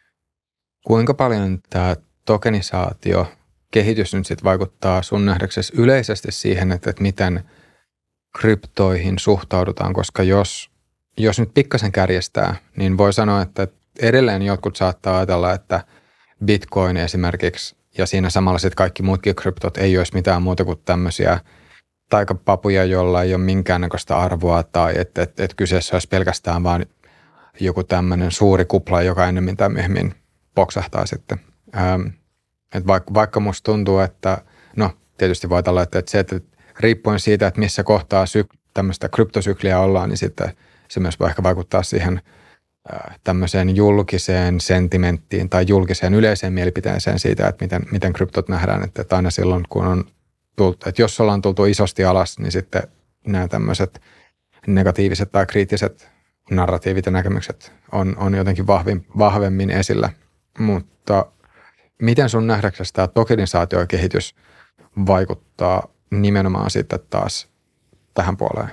Kuinka paljon tämä tokenisaatio kehitys nyt sitten vaikuttaa sun nähdäksesi yleisesti siihen, että, että miten kryptoihin suhtaudutaan, koska jos, jos nyt pikkasen kärjestää, niin voi sanoa, että edelleen jotkut saattaa ajatella, että Bitcoin esimerkiksi ja siinä samalla sitten kaikki muutkin kryptot ei olisi mitään muuta kuin tämmöisiä taikapapuja, joilla ei ole minkäännäköistä arvoa tai että et, et kyseessä olisi pelkästään vaan joku tämmöinen suuri kupla, joka ennemmin tai myöhemmin poksahtaa sitten. Ähm, että vaikka, vaikka musta tuntuu, että no tietysti voi olla, että, että se, että riippuen siitä, että missä kohtaa syk- tämmöistä kryptosykliä ollaan, niin sitten se myös voi ehkä vaikuttaa siihen äh, tämmöiseen julkiseen sentimenttiin tai julkiseen yleiseen mielipiteeseen siitä, että miten, miten kryptot nähdään. Että, että aina silloin, kun on tultu, että jos ollaan tultu isosti alas, niin sitten nämä tämmöiset negatiiviset tai kriittiset narratiivit ja näkemykset on, on jotenkin vahvin, vahvemmin esillä. Mutta miten sun nähdäksesi tämä tokenisaatiokehitys vaikuttaa nimenomaan sitten taas tähän puoleen?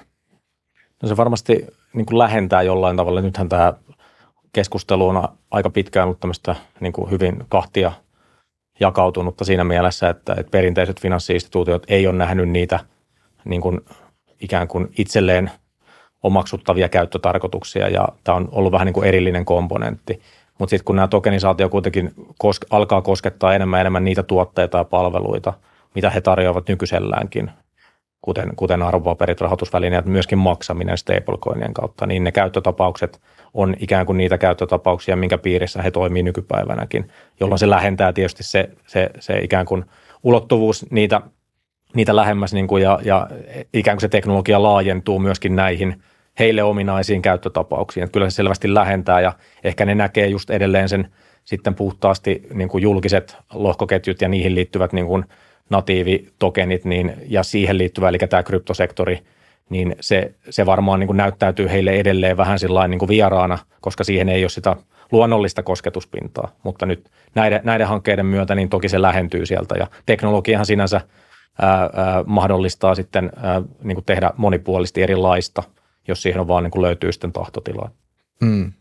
No se varmasti niin kuin lähentää jollain tavalla. Nythän tämä keskustelu on aika pitkään ollut tämmöistä niin kuin hyvin kahtia jakautunutta siinä mielessä, että, että perinteiset finanssi-instituutiot ei ole nähnyt niitä niin kuin ikään kuin itselleen omaksuttavia käyttötarkoituksia ja tämä on ollut vähän niin kuin erillinen komponentti. Mutta sitten kun nämä tokenisaatio kuitenkin koske, alkaa koskettaa enemmän ja enemmän niitä tuotteita ja palveluita, mitä he tarjoavat nykyiselläänkin, kuten, kuten arvopaperit, rahoitusvälineet, myöskin maksaminen stablecoinien kautta, niin ne käyttötapaukset on ikään kuin niitä käyttötapauksia, minkä piirissä he toimii nykypäivänäkin, jolloin se lähentää tietysti se, se, se ikään kuin ulottuvuus niitä, niitä lähemmäs niin kuin ja, ja ikään kuin se teknologia laajentuu myöskin näihin heille ominaisiin käyttötapauksiin. Että kyllä se selvästi lähentää ja ehkä ne näkee just edelleen sen sitten puhtaasti niin kuin julkiset lohkoketjut ja niihin liittyvät niin kuin natiivitokenit niin, ja siihen liittyvä, eli tämä kryptosektori, niin se, se varmaan niin kuin näyttäytyy heille edelleen vähän sillain niin kuin vieraana, koska siihen ei ole sitä luonnollista kosketuspintaa. Mutta nyt näiden, näiden hankkeiden myötä niin toki se lähentyy sieltä ja teknologiahan sinänsä ää, ää, mahdollistaa sitten ää, niin kuin tehdä monipuolisesti erilaista, jos siihen on vaan niin kuin löytyy sitten tahtotilaa. Mm.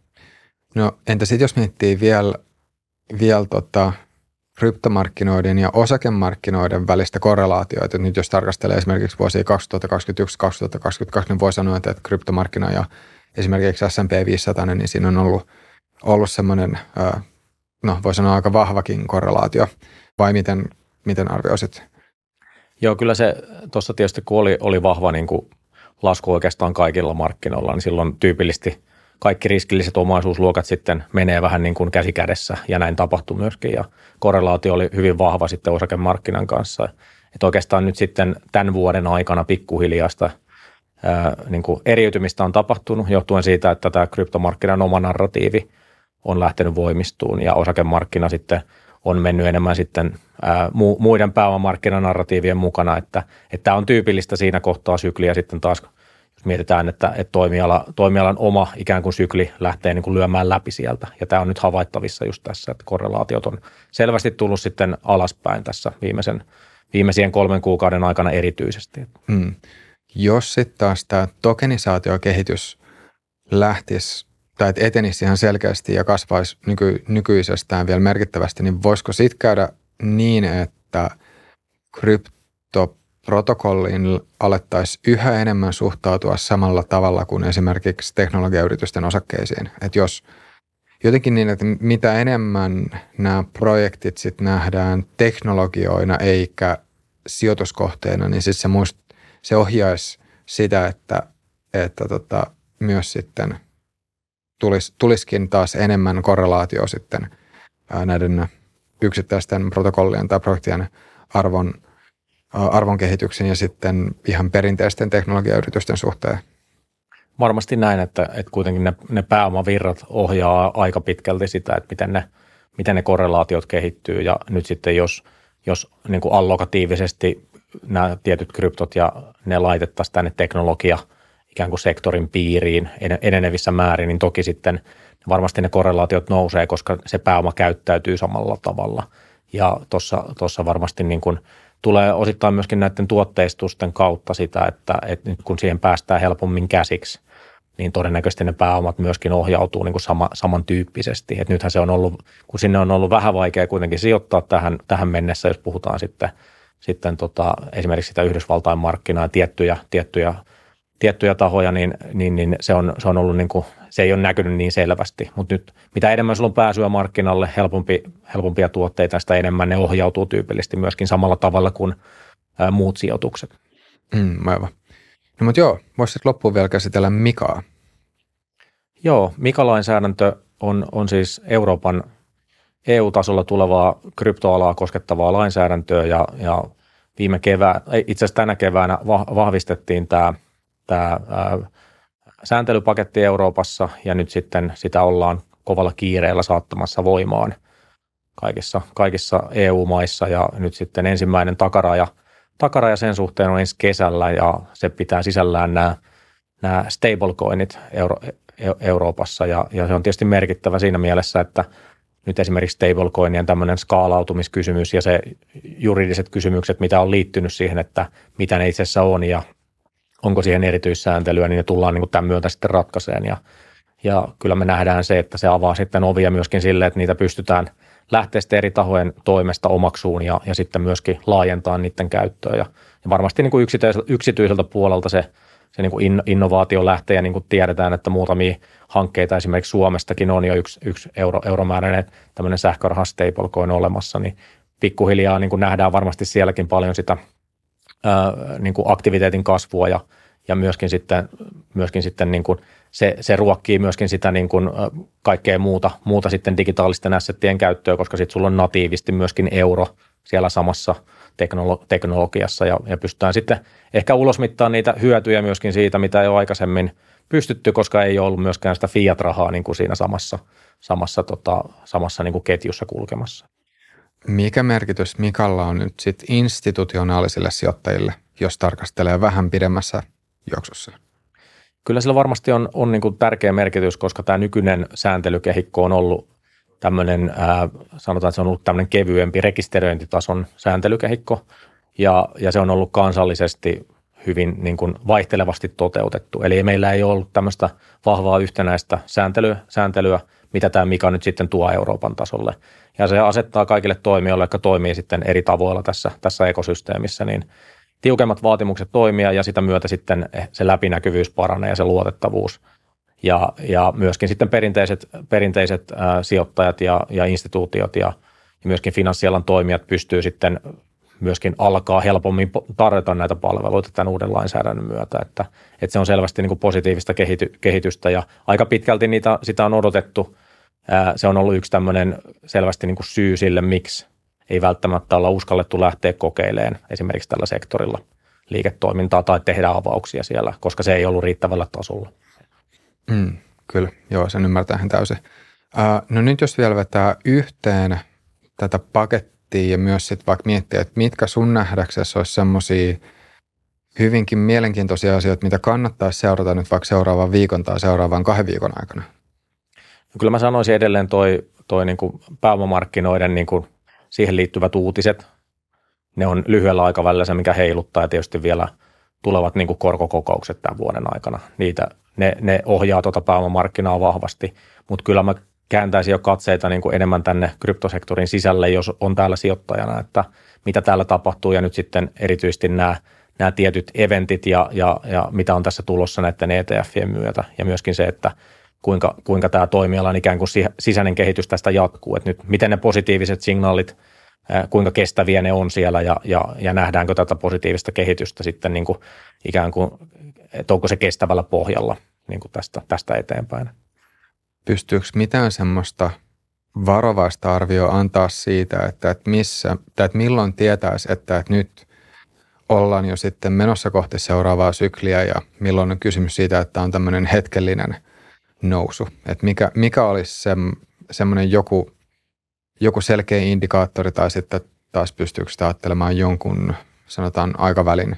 No entä sitten jos miettii vielä, vielä tota, kryptomarkkinoiden ja osakemarkkinoiden välistä korrelaatioita, nyt jos tarkastelee esimerkiksi vuosia kaksituhattakaksikymmentäyksi kaksituhattakaksikymmentäkaksi, niin voi sanoa, että kryptomarkkina ja esimerkiksi S and P viisisataa, niin siinä on ollut, ollut semmoinen ää, no voi sanoa aika vahvakin korrelaatio, vai miten, miten arvioisit? Joo, kyllä se tuossa tietysti kun oli, oli vahva niin kuin lasku oikeastaan kaikilla markkinoilla, niin silloin tyypillisesti kaikki riskilliset omaisuusluokat sitten menee vähän niin kuin käsi kädessä ja näin tapahtui myöskin ja korrelaatio oli hyvin vahva sitten osakemarkkinan kanssa. Että oikeastaan nyt sitten tämän vuoden aikana pikkuhiljaista ää, niin kuin eriytymistä on tapahtunut johtuen siitä, että tämä kryptomarkkinan oma narratiivi on lähtenyt voimistuun ja osakemarkkina sitten on mennyt enemmän sitten ää, mu, muiden pääomamarkkinanarratiivien mukana, että tämä on tyypillistä siinä kohtaa sykliä sitten taas, jos mietitään, että, että toimiala, toimialan oma ikään kuin sykli lähtee niin kuin lyömään läpi sieltä ja tämä on nyt havaittavissa just tässä, että korrelaatiot on selvästi tullut sitten alaspäin tässä viimeisen, viimeisien kolmen kuukauden aikana erityisesti. Hmm. Jos sitten taas tämä tokenisaatiokehitys lähtisi tai että etenisi ihan selkeästi ja kasvaisi nyky, nykyisestään vielä merkittävästi, niin voisiko siitä käydä niin, että kryptoprotokolliin alettaisiin yhä enemmän suhtautua samalla tavalla kuin esimerkiksi teknologiayritysten osakkeisiin? Että jos jotenkin niin, että mitä enemmän nämä projektit sitten nähdään teknologioina eikä sijoituskohteena, niin siis se, muist, se ohjaisi sitä, että, että tota, myös sitten Tulis, tulisikin taas enemmän korrelaatio sitten ää, näiden yksittäisten protokollien tai projektien arvon, ää, arvon kehityksen ja sitten ihan perinteisten teknologiayritysten suhteen. Varmasti näin, että, että kuitenkin ne, ne pääomavirrat ohjaa aika pitkälti sitä, että miten ne, miten ne korrelaatiot kehittyy ja nyt sitten jos, jos niin kuin allokatiivisesti nämä tietyt kryptot ja ne laitettaisiin tänne teknologia ikään kuin sektorin piiriin enenevissä määrin, niin toki sitten varmasti ne korrelaatiot nousee, koska se pääoma käyttäytyy samalla tavalla. Ja tuossa, tuossa varmasti niin kuin tulee osittain myöskin näiden tuotteistusten kautta sitä, että, että nyt kun siihen päästään helpommin käsiksi, niin todennäköisesti ne pääomat myöskin ohjautuu niin kuin sama, samantyyppisesti. Et nythän se on ollut, kun sinne on ollut vähän vaikea kuitenkin sijoittaa tähän, tähän mennessä, jos puhutaan sitten, sitten tota, esimerkiksi sitä Yhdysvaltain markkinaa, tiettyjä, tiettyjä tiettyjä tahoja, niin, niin, niin se, on, se on ollut niin kuin, se ei ole näkynyt niin selvästi. Mutta nyt mitä enemmän sulla on pääsyä markkinalle, helpompi, helpompia tuotteita, sitä enemmän ne ohjautuu tyypillisesti myöskin samalla tavalla kuin ää, muut sijoitukset. Mm, aivan. No mutta joo, voisit loppuun vielä käsitellä Mikaa. Joo, Mika-lainsäädäntö on, on siis Euroopan E U-tasolla tulevaa kryptoalaa koskettavaa lainsäädäntöä ja, ja viime kevään, itse asiassa tänä keväänä vahvistettiin tämä tämä sääntelypaketti Euroopassa ja nyt sitten sitä ollaan kovalla kiireellä saattamassa voimaan kaikissa, kaikissa E U-maissa ja nyt sitten ensimmäinen takaraja, takaraja sen suhteen on ensi kesällä ja se pitää sisällään nämä, nämä stablecoinit Euro, Euroopassa ja, ja se on tietysti merkittävä siinä mielessä, että nyt esimerkiksi stablecoinien tämmöinen skaalautumiskysymys ja se juridiset kysymykset, mitä on liittynyt siihen, että mitä ne itse asiassa on ja onko siihen erityissääntelyä, niin ne tullaan niin kuin tämän myötä sitten ratkaiseen. Ja, ja kyllä me nähdään se, että se avaa sitten ovia myöskin sille, että niitä pystytään lähteä sitten eri tahojen toimesta omaksuun ja, ja sitten myöskin laajentaa niiden käyttöä. Ja, ja varmasti niin kuin yksityiseltä, yksityiseltä puolelta se, se niin kuin innovaatio lähtee ja niin kuin tiedetään, että muutamia hankkeita esimerkiksi Suomestakin on jo yksi, yksi euro, euromääräinen tämmöinen sähköraha stablecoin olemassa, niin pikkuhiljaa niin kuin nähdään varmasti sielläkin paljon sitä Ää, niin kuin aktiviteetin kasvua ja, ja myöskin sitten, myöskin sitten niin kuin se, se ruokkii myöskin sitä niin kuin kaikkea muuta, muuta sitten digitaalisten assettien käyttöä, koska sitten sulla on natiivisti myöskin euro siellä samassa teknolo- teknologiassa ja, ja pystytään sitten ehkä ulosmittaan niitä hyötyjä myöskin siitä, mitä ei ole aikaisemmin pystytty, koska ei ole ollut myöskään sitä fiat-rahaa niin kuin siinä samassa, samassa, tota, samassa niin kuin ketjussa kulkemassa. Mikä merkitys Mikalla on nyt sit institutionaalisille sijoittajille, jos tarkastelee vähän pidemmässä juoksussa? Kyllä sillä varmasti on, on niin kuin tärkeä merkitys, koska tämä nykyinen sääntelykehikko on ollut tämmöinen, ää, sanotaan, että se on ollut tämmöinen kevyempi rekisteröintitason sääntelykehikko ja, ja se on ollut kansallisesti hyvin niin kuin vaihtelevasti toteutettu. Eli meillä ei ole ollut tämmöistä vahvaa yhtenäistä sääntelyä, sääntelyä, mitä tämä Mika nyt sitten tuo Euroopan tasolle. Ja se asettaa kaikille toimijoille, jotka toimii sitten eri tavoilla tässä, tässä ekosysteemissä, niin tiukemmat vaatimukset toimia ja sitä myötä sitten se läpinäkyvyys paranee ja se luotettavuus. ja, ja myöskin sitten perinteiset, perinteiset ää, sijoittajat ja, ja instituutiot ja, ja myöskin finanssialan toimijat pystyy sitten myöskin alkaa helpommin tarjota näitä palveluita tämän uuden lainsäädännön myötä, että, että se on selvästi niin kuin positiivista kehity, kehitystä ja aika pitkälti niitä, sitä on odotettu. Ää, se on ollut yksi tämmöinen selvästi niin kuin syy sille, miksi ei välttämättä olla uskallettu lähteä kokeilemaan esimerkiksi tällä sektorilla liiketoimintaa tai tehdä avauksia siellä, koska se ei ollut riittävällä tasolla. Mm, kyllä, joo, sen ymmärtää ihan täysin. Uh, no nyt jos vielä vetää yhteen tätä pakettia ja myös sitten vaikka miettiä, että mitkä sun nähdäksesi olisi semmoisia hyvinkin mielenkiintoisia asioita, mitä kannattaisi seurata nyt vaikka seuraavan viikon tai seuraavan kahden viikon aikana? No kyllä mä sanoisin edelleen toi, toi niin kuin pääomamarkkinoiden niin kuin siihen liittyvät uutiset. Ne on lyhyellä aikavälillä se, mikä heiluttaa ja tietysti vielä tulevat niin kuin korkokokoukset tämän vuoden aikana. Niitä, ne, ne ohjaa tuota pääomamarkkinaa vahvasti, mutta kyllä mä kääntäisin jo katseita niin kuin enemmän tänne kryptosektorin sisälle, jos on täällä sijoittajana, että mitä täällä tapahtuu ja nyt sitten erityisesti nämä, nämä tietyt eventit ja, ja, ja mitä on tässä tulossa näiden E T F:ien myötä ja myöskin se, että kuinka, kuinka tämä toimialan ikään kuin sisäinen kehitys tästä jatkuu, että nyt miten ne positiiviset signaalit, kuinka kestäviä ne on siellä ja, ja, ja nähdäänkö tätä positiivista kehitystä sitten niin kuin ikään kuin, että onko se kestävällä pohjalla niin kuin tästä, tästä eteenpäin. Pystyykö mitään semmoista varovaista arvioa antaa siitä, että, että, missä, tai että milloin tietäisi, että, että nyt ollaan jo sitten menossa kohti seuraavaa sykliä ja milloin on kysymys siitä, että on tämmöinen hetkellinen nousu. Että mikä, mikä olisi se, semmoinen joku, joku selkeä indikaattori tai sitten taas pystyykö sitä ajattelemaan jonkun, sanotaan aikavälin,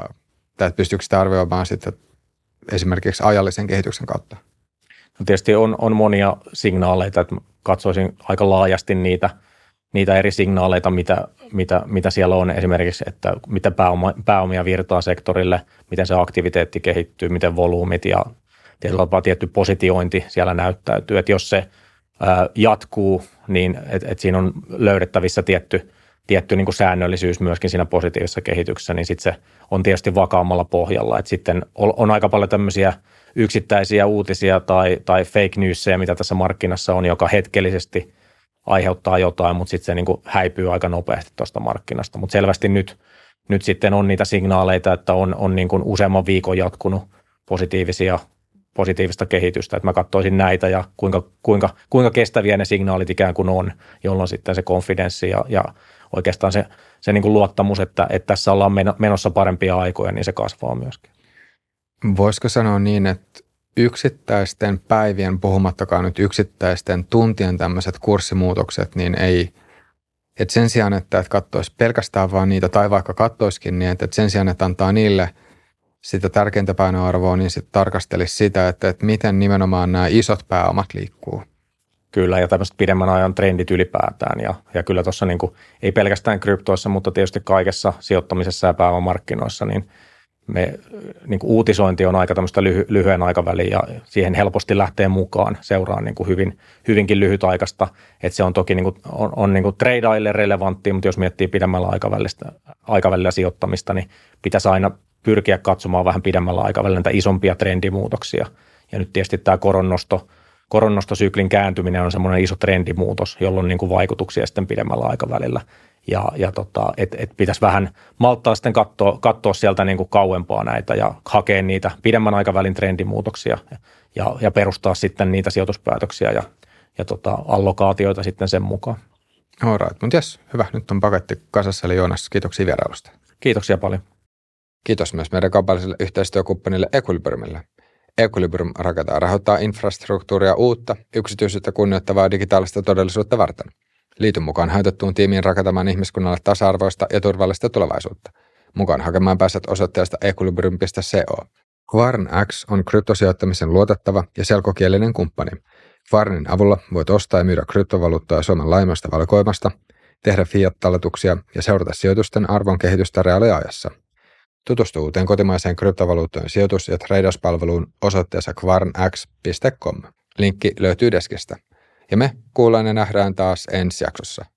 tai pystyykö sitä arvioimaan sitten esimerkiksi ajallisen kehityksen kautta? No tietysti on, on monia signaaleita, että katsoisin aika laajasti niitä, niitä eri signaaleita, mitä, mitä, mitä siellä on esimerkiksi, että miten pääoma, pääomia virtaa sektorille, miten se aktiviteetti kehittyy, miten volyymit ja tietyllä tapaa tietty positiointi siellä näyttäytyy, että jos se ää, jatkuu, niin että et siinä on löydettävissä tietty, tietty niin kuin säännöllisyys myöskin siinä positiivisessa kehityksessä, niin sitten se on tietysti vakaammalla pohjalla, että sitten on, on aika paljon tämmöisiä yksittäisiä uutisia tai, tai fake newsia, mitä tässä markkinassa on, joka hetkellisesti aiheuttaa jotain, mutta sitten se niin kuin häipyy aika nopeasti tuosta markkinasta. Mutta selvästi nyt, nyt sitten on niitä signaaleita, että on, on niin kuin useamman viikon jatkunut positiivisia, positiivista kehitystä. Että mä katsoisin näitä ja kuinka, kuinka, kuinka kestäviä ne signaalit ikään kuin on, jolloin sitten se konfidenssi ja, ja oikeastaan se, se niin kuin luottamus, että, että tässä ollaan menossa parempia aikoja, niin se kasvaa myöskin. Voisiko sanoa niin, että yksittäisten päivien, puhumattakaan nyt yksittäisten tuntien tämmöiset kurssimuutokset, niin ei, että sen sijaan, että et katsoisi pelkästään vaan niitä, tai vaikka katsoisikin, niin että, että sen sijaan, että antaa niille sitä tärkeintä painoarvoa, niin sitten tarkastelisi sitä, että, että miten nimenomaan nämä isot pääomat liikkuu. Kyllä, ja tämmöiset pidemmän ajan trendit ylipäätään, ja, ja kyllä tuossa niin kuin, ei pelkästään kryptoissa, mutta tietysti kaikessa sijoittamisessa ja pääomamarkkinoissa, niin me niin kuin uutisointi on aika tämmöistä lyhy, lyhyen aikavälin ja siihen helposti lähtee mukaan, seuraa niin kuin hyvin, hyvinkin lyhytaikaista, että se on toki niin kuin, on, on niin kuin tradeaille relevanttia, mutta jos miettii pidemmällä aikavälillä, aikavälillä sijoittamista, niin pitäisi aina pyrkiä katsomaan vähän pidemmällä aikavälillä näitä isompia trendimuutoksia. Ja nyt tietysti tämä koronnosto, koronnostosyklin kääntyminen on semmoinen iso trendimuutos, jolla on niin kuin vaikutuksia sitten pidemmällä aikavälillä. Ja, ja tota, että et pitäisi vähän malttaa sitten katsoa, katsoa sieltä niin kuin kauempaa näitä ja hakea niitä pidemmän aikavälin trendimuutoksia ja, ja perustaa sitten niitä sijoituspäätöksiä ja, ja tota, allokaatioita sitten sen mukaan. All right, mutta jes, hyvä. Nyt on paketti kasassa, eli Joonas, kiitoksia vierailusta. Kiitoksia paljon. Kiitos myös meidän kaupalliselle yhteistyökumppanille Equilibriumille. Equilibrium rakentaa ja rahoittaa infrastruktuuria uutta, yksityisyyttä kunnioittavaa digitaalista todellisuutta varten. Liity mukaan haitettuun tiimiin rakentamaan ihmiskunnalle tasa-arvoista ja turvallista tulevaisuutta. Mukaan hakemaan pääset osoitteesta equilibrium piste co. Kvarn X on kryptosijoittamisen luotettava ja selkokielinen kumppani. Kvarnin avulla voit ostaa ja myydä kryptovaluuttaa Suomen laajemmasta valikoimasta, tehdä fiat-talletuksia ja seurata sijoitusten arvon kehitystä reaaliajassa. Tutustu uuteen kotimaiseen kryptovaluuttojen sijoitus- ja tradauspalveluun osoitteessa kvarn x piste com. Linkki löytyy deskistä. Ja me kuullaan ja nähdään taas ensi jaksossa.